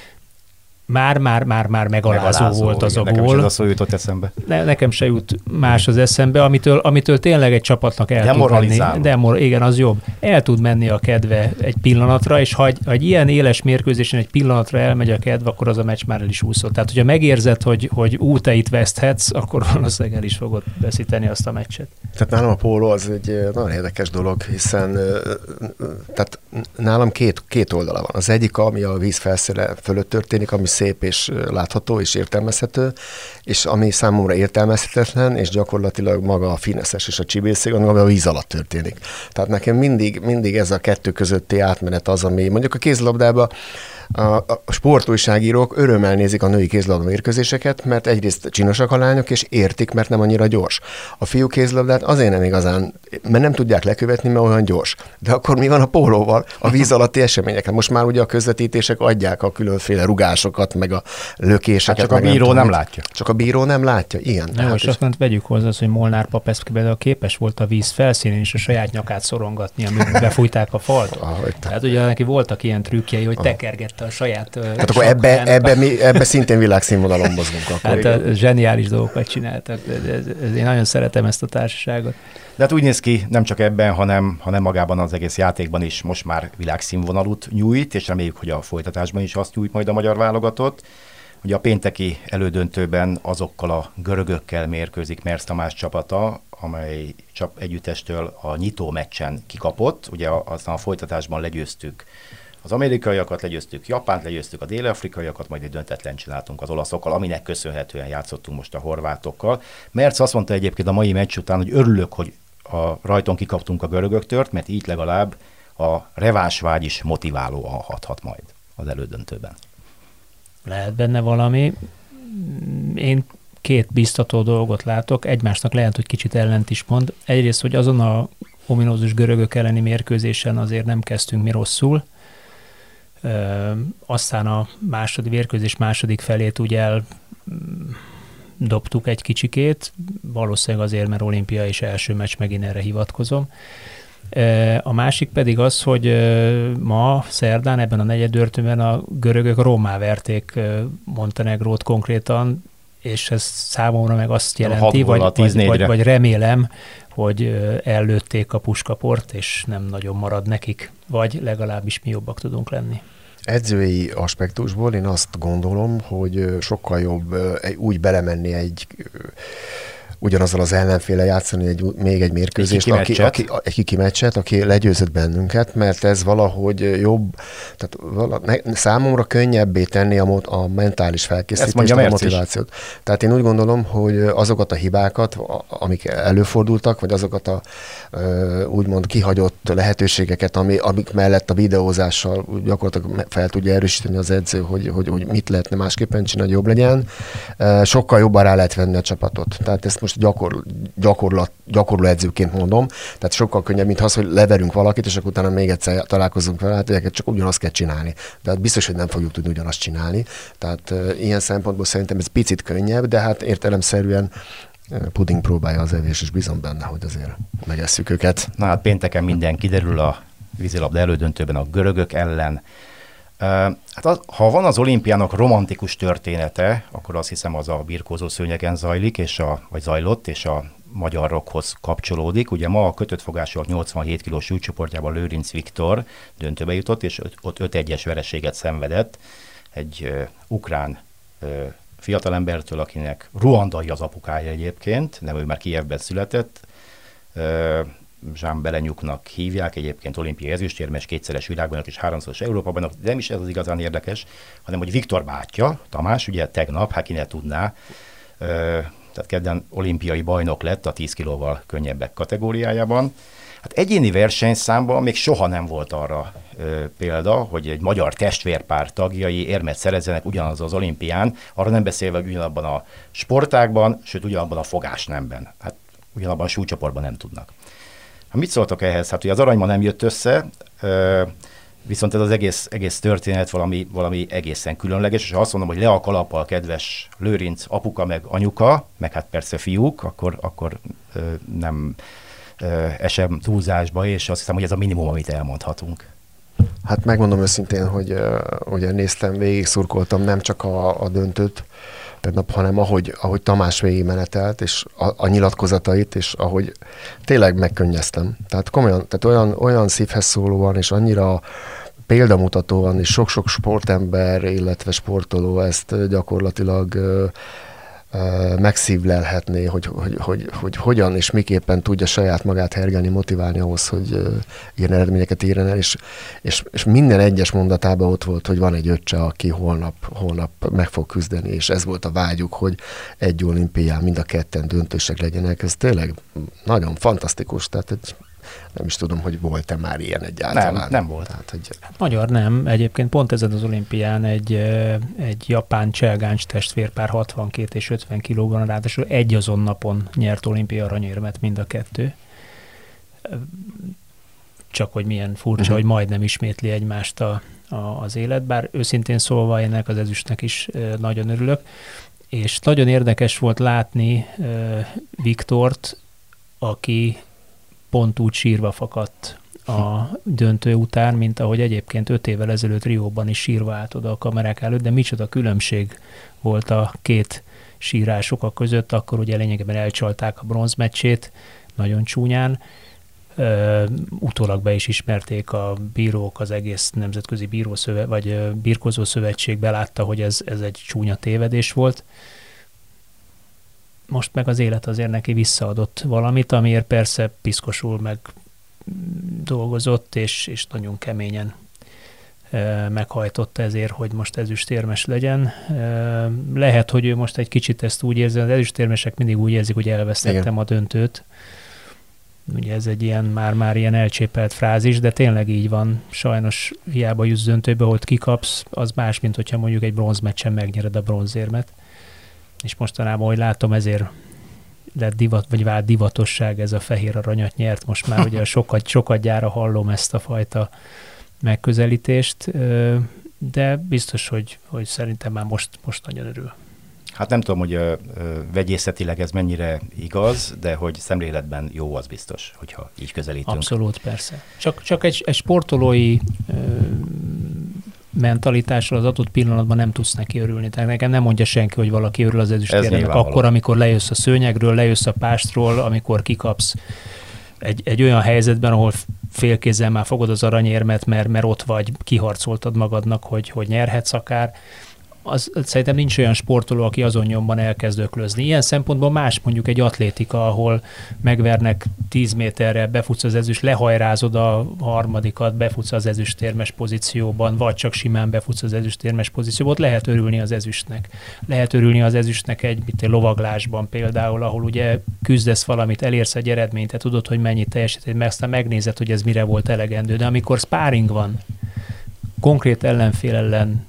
már-már-már megalázó, megalázó volt az igen, a gól. Nekem sem az szó jutott eszembe. Ne, nekem se jut más az eszembe, amitől, amitől tényleg egy csapatnak el tud menni. Demor, igen, az jobb. El tud menni a kedve egy pillanatra, és ha egy, ha egy ilyen éles mérkőzésen egy pillanatra elmegy a kedve, akkor az a meccs már el is úszott. Tehát, hogyha megérzed, hogy, hogy ú, te itt veszthetsz, akkor valószínűleg el is fogod veszíteni azt a meccset. Tehát nálam a póló az egy nagyon érdekes dolog, hiszen tehát nálam két, két oldala van. Az egyik, ami a víz felszíne fölött történik, ami szép és látható és értelmezhető, és ami számomra értelmezhetetlen, és gyakorlatilag maga a fineszes és a csibészség, ami a víz alatt történik. Tehát nekem mindig, mindig ez a kettő közötti átmenet az, ami mondjuk a kézilabdában a, a sportújságírók örömmel nézik a női kézilabda mérkőzéseket, mert egyrészt csinosak a lányok, és értik, mert nem annyira gyors. A fiú kézilabdát azért nem igazán, mert nem tudják lekövetni, mert olyan gyors. De akkor mi van a pólóval, a víz alatti eseményeken? Most már ugye a közvetítések adják a különféle rugásokat, meg a lökéseket. Hát csak a bíró nem, nem látja. Csak a bíró nem látja, igen. Jó, és azt mondta, vegyük hozzá, hogy Molnár Papeszki képes volt a víz felszínén is a saját nyakát szorongatni, amikor befújták a falt. Tehát ugye neki voltak ilyen trükkjei, hogy tekergett a saját... Tehát akkor ebbe, ebbe, mi, ebbe szintén világszínvonalon mozgunk. Akkor hát a zseniális dolgokat csináltak. Ez, ez, én nagyon szeretem ezt a társaságot. De hát úgy néz ki, nem csak ebben, hanem, hanem magában az egész játékban is most már világszínvonalut nyújt, és reméljük, hogy a folytatásban is azt nyújt majd a magyar válogatott. Ugye a pénteki elődöntőben azokkal a görögökkel mérkőzik Mersz Tamás csapata, amely csap együttestől a nyitó meccsen kikapott. Ugye aztán a folytatásban legyőztük az amerikaiakat, legyőztük Japánt, legyőztük a dél-afrikaiakat, majd egy döntetlen csináltunk az olaszokkal, aminek köszönhetően játszottunk most a horvátokkal. Mersz azt mondta egyébként a mai meccs után, hogy örülök, hogy a rajton kikaptunk a görögöktől, mert így legalább a revánsvágy is motiválóan hathat majd az elődöntőben. Lehet benne valami. Én két biztató dolgot látok, egymásnak lehet, hogy kicsit ellent is mond. Egyrészt, hogy azon a ominózus görögök elleni mérkőzésen azért nem kezdtünk mi rosszul. Ö, aztán a második mérkőzés második felét ugye eldobtuk egy kicsikét, valószínűleg azért, mert olimpia és első meccs, megint erre hivatkozom. Ö, a másik pedig az, hogy ö, ma szerdán ebben a negyedörtőben a görögök rommá verték ö, Montenegrót konkrétan, és ez számomra meg azt jelenti, vagy, vagy, vagy, vagy remélem, hogy ellőtték a puskaport, és nem nagyon marad nekik, vagy legalábbis mi jobbak tudunk lenni. Edzői aspektusból én azt gondolom, hogy sokkal jobb úgy belemenni egy ugyanazzal az ellenféle játszani egy, még egy mérkőzést, egy aki, aki, egy kiki meccset, aki legyőzött bennünket, mert ez valahogy jobb, tehát vala, számomra könnyebbé tenni a, a mentális felkészítést, a motivációt. Is. Tehát én úgy gondolom, hogy azokat a hibákat, amik előfordultak, vagy azokat a úgymond kihagyott lehetőségeket, ami, amik mellett a videózással gyakorlatilag fel tudja erősíteni az edző, hogy, hogy, hogy mit lehetne másképpen csinálni, hogy jobb legyen, sokkal jobban rá lehet venni a csapatot. Tehát ezt most Gyakor, gyakorlat, gyakorló edzőként mondom, tehát sokkal könnyebb, mint az, hogy leverünk valakit, és akkor utána még egyszer találkozunk vele, hát csak ugyanazt kell csinálni. De hát biztos, hogy nem fogjuk tudni ugyanazt csinálni. Tehát uh, ilyen szempontból szerintem ez picit könnyebb, de hát értelemszerűen uh, puding próbálja az evés, és bízom benne, hogy azért megesszük őket. Na hát pénteken minden kiderül a vízilabda elődöntőben a görögök ellen. Uh, hát az, ha van az olimpiának romantikus története, akkor azt hiszem az a birkózó szőnyegen zajlik, és a, vagy zajlott, és a magyar rockhoz kapcsolódik. Ugye ma a kötött fogású nyolcvanhét kilós súlycsoportjában Lőrinc Viktor döntőbe jutott, és ott öt egyes vereséget szenvedett egy uh, ukrán uh, fiatalembertől, akinek ruandai az apukája egyébként, nem, ő már Kijevben született, uh, Zsán Belenyuknak hívják, egyébként olimpiai ezüstérmes, kétszeres világbajnok és háromszoros Európa-bajnok, de nem is ez az igazán érdekes, hanem hogy Viktor bátyja, Tamás, ugye tegnap, hát ki ne tudná, ö, tehát kedden olimpiai bajnok lett a tíz kilóval könnyebbek kategóriájában. Hát egyéni versenyszámban még soha nem volt arra ö, példa, hogy egy magyar testvérpár tagjai érmet szerezzenek ugyanaz az olimpián, arra nem beszélve, hogy ugyanabban a sportágban, sőt ugyanabban a fogásnemben. Hát ugyanabban a súlycsoportban nem tudnak. Hát mit szóltak ehhez? Hát ugye az arany ma nem jött össze, viszont ez az egész, egész történet valami, valami egészen különleges, és ha azt mondom, hogy le a kalappal, kedves Lőrinc apuka meg anyuka, meg hát persze fiúk, akkor, akkor nem esem túlzásba, és azt hiszem, hogy ez a minimum, amit elmondhatunk. Hát megmondom őszintén, hogy ugye néztem, végig szurkoltam nem csak a, a döntőt, nap, hanem ahogy, ahogy Tamás végigmenetelt, és a, a nyilatkozatait, és ahogy tényleg megkönnyeztem. Tehát komolyan, tehát olyan, olyan szívhez szólóan, és annyira példamutatóan, és sok-sok sportember, illetve sportoló ezt gyakorlatilag ö, ö, megszívlelhetné, hogy, hogy, hogy, hogy hogyan és miképpen tudja saját magát hergelni, motiválni ahhoz, hogy ö, ilyen eredményeket érjen el, és, és, és minden egyes mondatában ott volt, hogy van egy öccse, aki holnap, holnap meg fog küzdeni, és ez volt a vágyuk, hogy egy olimpián mind a ketten döntősek legyenek. Ez tényleg nagyon fantasztikus, tehát egy nem is tudom, hogy volt-e már ilyen egyáltalán. Nem, nem volt. Tehát, hogy... hát magyar nem. Egyébként pont ezen az olimpián egy, egy japán cselgáncs testvérpár hatvankét és ötven kilóban, ráadásul egy azon napon nyert olimpiai aranyérmet mind a kettő. Csak hogy milyen furcsa, uh-huh. hogy majdnem ismétli egymást a, a, az élet, bár őszintén szólva ennek az ezüstnek is nagyon örülök. És nagyon érdekes volt látni Viktort, aki pont úgy sírva fakadt a döntő után, mint ahogy egyébként öt évvel ezelőtt Rióban is sírva állt oda a kamerák előtt, de micsoda különbség volt a két sírások között, akkor ugye lényegében elcsalták a bronzmeccsét, nagyon csúnyán. ö, utólag be is ismerték a bírók, az egész Nemzetközi Bírószövet, vagy ö, Birkózó Szövetség belátta, hogy ez, ez egy csúnya tévedés volt. Most meg az élet azért neki visszaadott valamit, amiért persze piszkosul meg dolgozott, és, és nagyon keményen e, meghajtotta ezért, hogy most ezüstérmes legyen. E, lehet, hogy ő most egy kicsit ezt úgy érzi, az ezüstérmesek mindig úgy érzik, hogy elvesztettem Igen. a döntőt. Ugye ez egy ilyen, már-már ilyen elcsépelt frázis, de tényleg így van. Sajnos hiába jutsz döntőbe, hogy kikapsz, az más, mint hogyha mondjuk egy bronzmeccsen megnyered a bronzérmet. És mostanában, hogy látom, ezért lett divat, vagy vált divatosság ez a fehér aranyat nyert. Most már ugye sokat, sokat gyára hallom ezt a fajta megközelítést, de biztos, hogy, hogy szerintem már most, most nagyon örül. Hát nem tudom, hogy ö, ö, vegyészetileg ez mennyire igaz, de hogy szemléletben jó, az biztos, hogyha így közelítünk. Abszolút, persze. Csak, csak egy, egy sportolói ö, mentalitással az adott pillanatban nem tudsz neki örülni. Tehát nekem nem mondja senki, hogy valaki örül az ezüstéremnek akkor, amikor lejössz a szőnyegről, lejössz a pástról, amikor kikapsz egy, egy olyan helyzetben, ahol félkézzel már fogod az aranyérmet, mert, mert ott vagy, kiharcoltad magadnak, hogy, hogy nyerhetsz akár. Az, szerintem nincs olyan sportoló, aki azon nyomban elkezd öklözni. Ilyen szempontból más mondjuk egy atlétika, ahol megvernek tíz méterre, befutsz az ezüst, lehajrázod a harmadikat, befutsz az ezüstérmes pozícióban, vagy csak simán befutsz az ezüstérmes pozícióban, ott lehet örülni az ezüstnek. Lehet örülni az ezüstnek egy mit, lovaglásban például, ahol ugye küzdesz valamit, elérsz egy eredményt, te tudod, hogy mennyit teljesíted, meg aztán megnézed, hogy ez mire volt elegendő. De amikor sparring van, konkrét ellenfél ellen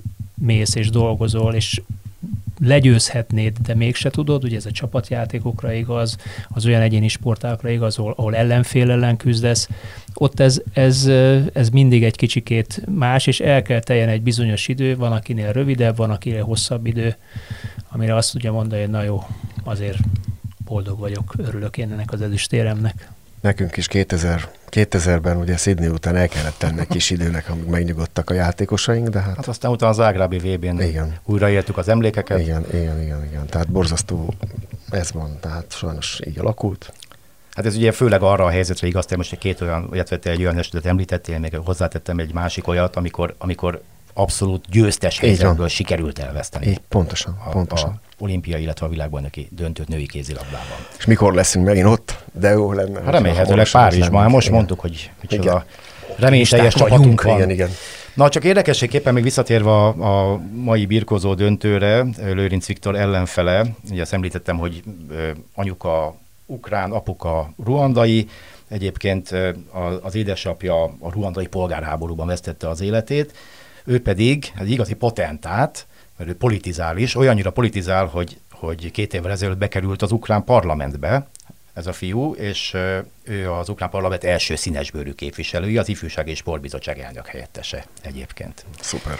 mész és dolgozol, és legyőzhetnéd, de mégse tudod, ugye ez a csapatjátékokra igaz, az olyan egyéni sportákra igaz, ahol, ahol ellenfél ellen küzdesz, ott ez, ez, ez mindig egy kicsikét más, és el kell teljen egy bizonyos idő, van akinél rövidebb, van akinél hosszabb idő, amire azt tudja mondani, hogy na jó, azért boldog vagyok, örülök én ennek az ezüstéremnek. Nekünk is kétezer, kétezerben ugye Sydney után el kellett tenni kis időnek, amíg megnyugodtak a játékosaink, de hát... Hát aztán utána az Zágrábi vé bén újraéltük az emlékeket. Igen, igen, igen, igen. Tehát borzasztó ez van, tehát sajnos így alakult. Hát ez ugye főleg arra a helyzetre igaz, te most egy két olyan, illetve te egy olyan esetet említettél, még hozzátettem egy másik olyat, amikor, amikor abszolút győztes helyzetből sikerült elveszteni. Így, pontosan, a, pontosan. A olimpiai, illetve a világbajnoki döntőt női kézilabdában. És mikor leszünk megint ott? De jó lenne. Hát remélhetőleg Párizsban. Most igen. mondtuk, hogy micsoda reményteljes csapatunk van. Igen, igen. Na, csak érdekességképpen még visszatérve a, a mai birkózó döntőre, Lőrinc Viktor ellenfele, ugye azt említettem, hogy anyuka ukrán, apuka ruandai, egyébként az édesapja a ruandai polgárháborúban vesztette az életét, ő pedig egy igazi potentát, mert ő politizál is, olyannyira politizál, hogy, hogy két évvel ezelőtt bekerült az ukrán parlamentbe, ez a fiú, és ő az ukrán parlament első színesbőrű képviselője, az Ifjúsági és Sportbizottság elnök helyettese egyébként. Szuper.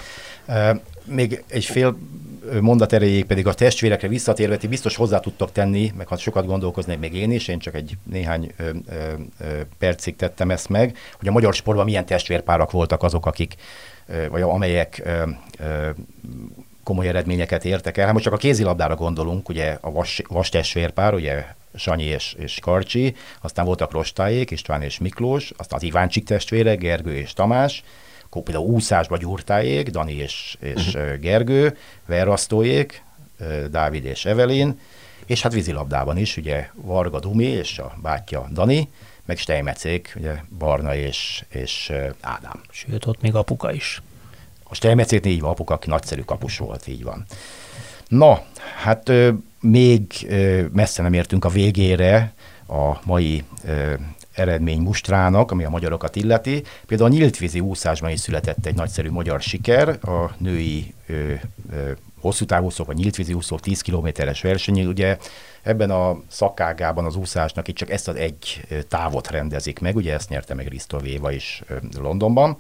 Még egy fél mondat erejéig pedig a testvérekre visszatérve, ti biztos hozzá tudtok tenni, meg ha sokat gondolkoznék még én is, én csak egy néhány ö, ö, ö, percig tettem ezt meg, hogy a magyar sportban milyen testvérpárak voltak azok, akik, ö, vagy amelyek ö, ö, komoly eredményeket értek el. Hát most csak a kézilabdára gondolunk, ugye a vas, vas testvérpár, ugye Sanyi és, és Karcsi, aztán voltak Rostályék, István és Miklós, aztán az Iváncsik testvérek, Gergő és Tamás, akkor például úszásba Gyurtályék, Dani és, és uh-huh. Gergő, Verrasztóék, Dávid és Evelin, és hát vízilabdában is, ugye Varga Dumi és a bátyja Dani, meg Stejmecék, ugye Barna és, és Ádám. Sőt, ott még apuka is. A Stejmecéknél így van, apuka, aki nagyszerű kapus volt, így van. Na, hát ö, még ö, messze nem értünk a végére a mai ö, eredmény mustrának, ami a magyarokat illeti. Például a nyíltvízi úszásban is született egy nagyszerű magyar siker, a női ö, ö, hosszútávúszók, vagy nyíltvízi úszók tíz kilométeres versenyén. Ugye ebben a szakágában az úszásnak itt csak ezt az egy távot rendezik meg, ugye ezt nyerte meg Risto Véva is ö, Londonban.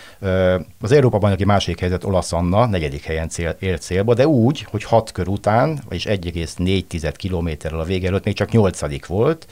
Az Európa-bajnoki második helyzet Olasz Anna negyedik helyen cél, ért célba, de úgy, hogy hat kör után, vagyis egy egész négy kilométerrel a vége előtt még csak nyolcadik volt.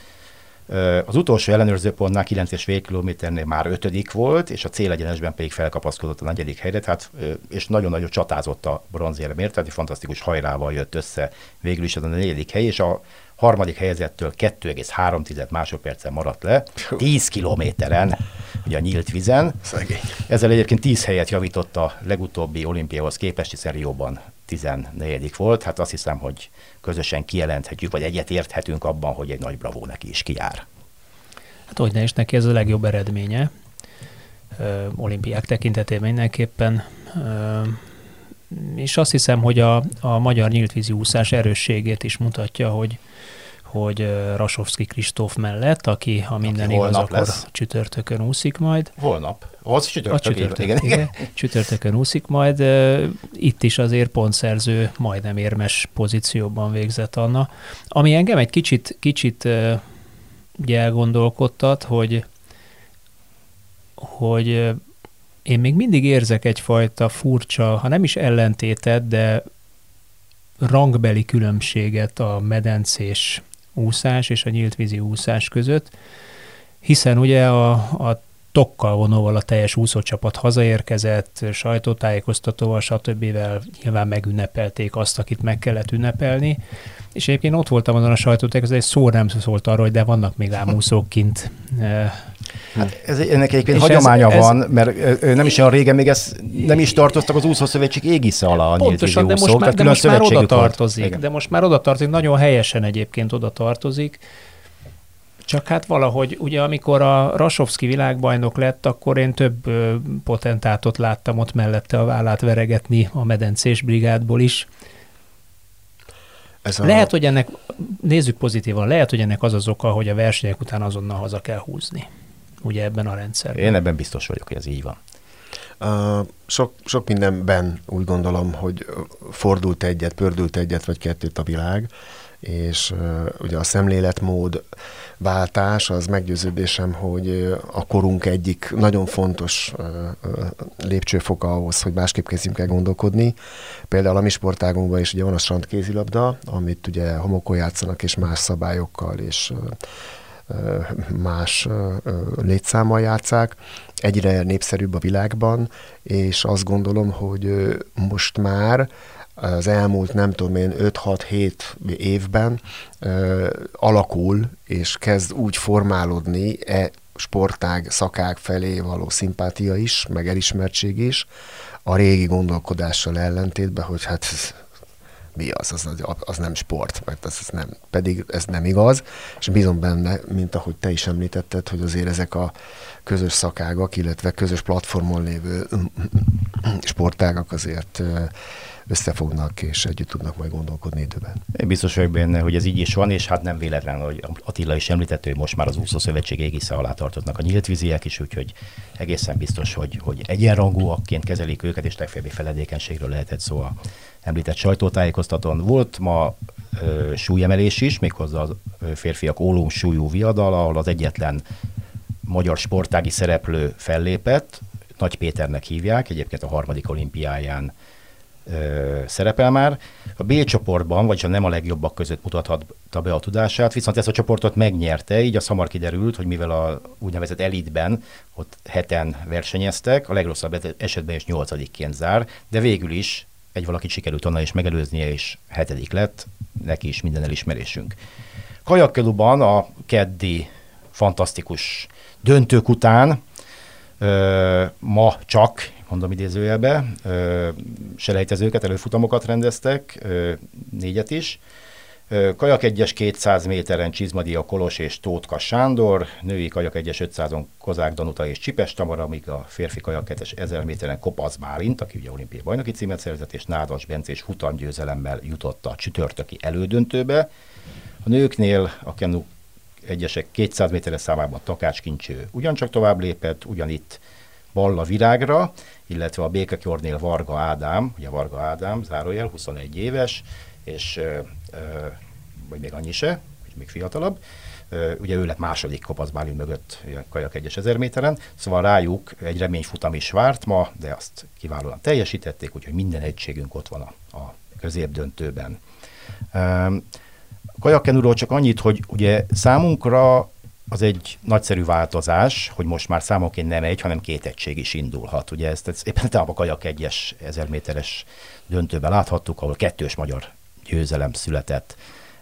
Az utolsó ellenőrző pontnál kilenc egész öt kilométernél már ötödik volt, és a célegyenesben pedig felkapaszkodott a negyedik helyre, hát, és nagyon-nagyon csatázott a bronzéremért, tehát egy fantasztikus hajrával jött össze végül is az a negyedik hely, és a harmadik helyezettől kettő egész három másodpercen maradt le, tíz kilométeren, ugye a nyílt vízen. Szegény. Ezzel egyébként tíz helyet javított a legutóbbi olimpiához képest, hiszen Rióban tizennegyedik volt. Hát azt hiszem, hogy közösen kijelenthetjük, vagy egyet érthetünk abban, hogy egy nagy bravó neki is kijár. Hát hogyne is neki ez a legjobb eredménye. Ö, olimpiák tekintetében mindenképpen. Ö, és azt hiszem, hogy a, a magyar nyíltvízi úszás erősségét is mutatja, hogy hogy Rasovszky Kristóf mellett, aki, ha minden aki igaz, akkor lesz. Csütörtökön úszik majd. Holnap. Az csütörtök, a csütörtök, igen. igen. Csütörtökön úszik majd. Itt is azért pontszerző, majdnem érmes pozícióban végzett Anna. Ami engem egy kicsit, kicsit ugye elgondolkodtat, hogy, hogy én még mindig érzek egyfajta furcsa, ha nem is ellentétet, de rangbeli különbséget a medencés úszás és a nyíltvízi úszás között, hiszen ugye a, a tokkal vonóval a teljes úszócsapat hazaérkezett, sajtótájékoztatóval, stb. Nyilván megünnepelték azt, akit meg kellett ünnepelni, és egyébként ott voltam azon a sajtótájékoztatón, egy szó nem szólt arról, hogy de vannak még ám úszók kint. Hát ez, ennek egyébként hagyománya ez, van, ez, mert nem is olyan régen még ez nem is tartoztak az úszószövetség égisze alá a nyíltvízi úszók. De most már, de most már oda tartozik, de most már oda tartozik, nagyon helyesen egyébként oda tartozik. Csak hát valahogy, ugye amikor a Rasovszky világbajnok lett, akkor én több ö, potentátot láttam ott mellette a vállát veregetni a medencés brigádból is. Ez a... Lehet, hogy ennek, nézzük pozitívan, lehet, hogy ennek az az oka, hogy a versenyek után azonnal haza kell húzni. Ugye ebben a rendszerben. Én ebben biztos vagyok, hogy ez így van. Uh, sok, sok mindenben úgy gondolom, hogy fordult egyet, pördült egyet vagy kettőt a világ, és uh, ugye a szemléletmód váltás, az meggyőződésem, hogy a korunk egyik nagyon fontos uh, lépcsőfoka ahhoz, hogy másképp kezdjünk el gondolkodni. Például a mi sportágunkban is ugye van a strandkézilabda, amit ugye homokon játszanak, és más szabályokkal, és uh, más létszámmal játsszák, egyre népszerűbb a világban, és azt gondolom, hogy most már az elmúlt nem tudom én öt-hat-hét évben ö, alakul, és kezd úgy formálódni e sportág, szakág felé való szimpátia is, meg elismertség is, a régi gondolkodással ellentétben, hogy hát mi az, az, az nem sport, mert ez, ez nem, pedig ez nem igaz, és bízom benne, mint ahogy te is említetted, hogy azért ezek a közös szakágak, illetve közös platformon lévő sportágak azért összefognak, és együtt tudnak majd gondolkodni időben. Én biztos vagyok benne, hogy ez így is van, és hát nem véletlen, hogy Attila is említette, hogy most már az úszószövetség égisze alá tartoznak a nyíltvíziek is, úgyhogy egészen biztos, hogy, hogy egyenrangúakként kezelik őket, és legfeljebb feledékenységről lehetett szó a említett sajtótájékoztatón. Volt ma ö, súlyemelés is, méghozzá a férfiak ólóm súlyú viadal, ahol az egyetlen magyar sportági szereplő fellépett, Nagy Péternek hívják, egyébként a harmadik olimpiáján ö, szerepel már. A B csoportban, vagyis a nem a legjobbak között mutathatta be a tudását, viszont ezt a csoportot megnyerte, így az hamar kiderült, hogy mivel a úgynevezett elitben ott heten versenyeztek, a legrosszabb esetben is nyolcadikként zár, de végül is egy valakit sikerült onnan is megelőznie, és hetedik lett, neki is minden elismerésünk. Kajakkeluban a keddi fantasztikus döntők után ö, ma csak, mondom idézőjelbe, ö, selejtezőket, előfutamokat rendeztek, ö, négyet is. Ö, kajak egyes kétszáz méteren Csizmadia Kolos és Tótka Sándor, női kajak egyes ötszázon Kozák Danuta és Csipes Tamara, míg a férfi kajak kettes ezer méteren Kopasz Bálint, aki ugye olimpiai bajnoki címet szerzett, és Nádas Bence és futamgyőzelemmel jutott a csütörtöki elődöntőbe. A nőknél a kenu egyesek kétszáz méteres számában Takács Kincső ugyancsak tovább lépett, ugyanitt Balla Virágra, illetve a Békekyornél Varga Ádám, ugye Varga Ádám, zárójel, huszonegy éves, és ö, ö, vagy még annyi se, vagy még fiatalabb, ö, ugye ő lett második Kopasz Bálint mögött kajak egyes ezer méteren, szóval rájuk egy reményfutam is várt ma, de azt kiválóan teljesítették, úgyhogy minden egységünk ott van a, a középdöntőben. Ö, kajakkenúról csak annyit, hogy ugye számunkra az egy nagyszerű változás, hogy most már számonként nem egy, hanem két egység is indulhat. Ugye ezt, ezt éppen a kajak egyes ezer méteres döntőben láthattuk, ahol kettős magyar győzelem született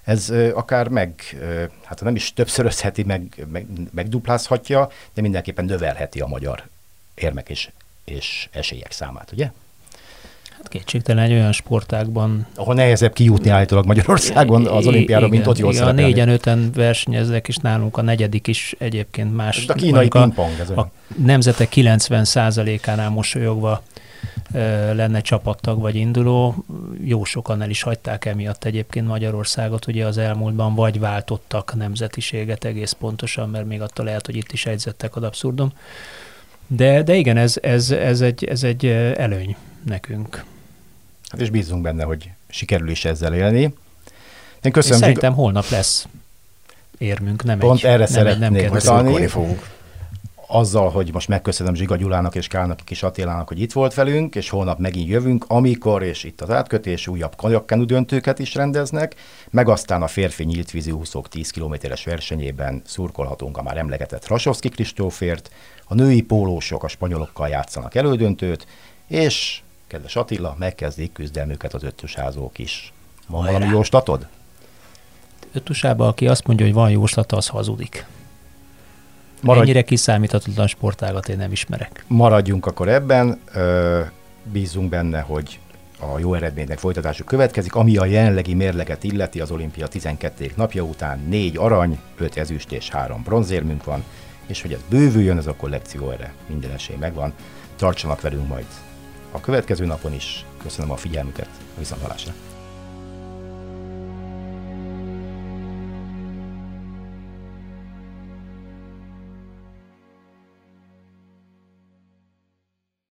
ez akár meg, hát nem is többszörözheti, meg, meg, megduplázhatja, de mindenképpen növelheti a magyar érmek és, és esélyek számát, ugye? Hát kétségtelen egy olyan sportágban... Ahol nehezebb kijutni állítólag Magyarországon az olimpiára, mint ott jól igen, szerepelni. A négyen, öten versenyeznek, és nálunk a negyedik is egyébként más. Ez a kínai pingpong. Ez a, a nemzetek kilencven százalékánál mosolyogva lenne csapattag vagy induló. Jó sokan el is hagyták emiatt egyébként Magyarországot, ugye az elmúltban vagy váltottak nemzetiséget egész pontosan, mert még attól lehet, hogy itt is egyzettek ad abszurdum. De, de igen, ez, ez, ez, egy, ez egy előny nekünk. Hát és bízunk benne, hogy sikerül is ezzel élni. Én köszönöm, és szerintem Zsiga... holnap lesz érmünk, nem Pont egy, erre nem egy, nem szeretnék fogunk. Azzal, hogy most megköszönöm Zsiga Gyulának és Kálnoki Kis Attilának, hogy itt volt velünk, és holnap megint jövünk, amikor, és itt az átkötés, újabb kajakkenu döntőket is rendeznek, meg aztán a férfi nyíltvízi úszók tíz kilométeres versenyében szurkolhatunk a már emlegetett Rasovszky Kristófért, a női pólósok a spanyolokkal játszanak elődöntőt, és kedves Attila, megkezdik küzdelmüket az öttusázók is. Van Hajrá. valami jóslatod? Öttusában, aki azt mondja, hogy van jóslata, az hazudik. Maradj... Ennyire kiszámíthatatlan sportágat én nem ismerek. Maradjunk akkor ebben, bízunk benne, hogy a jó eredménynek folytatásuk következik, ami a jelenlegi mérleget illeti az olimpia tizenkettedik napja után négy arany, öt ezüst és három bronzérmünk van, és hogy ez bővüljön, ez a kollekció, erre minden esély megvan. Tartsanak velünk majd a következő napon is. Köszönöm a figyelmüket, a viszonthallásra.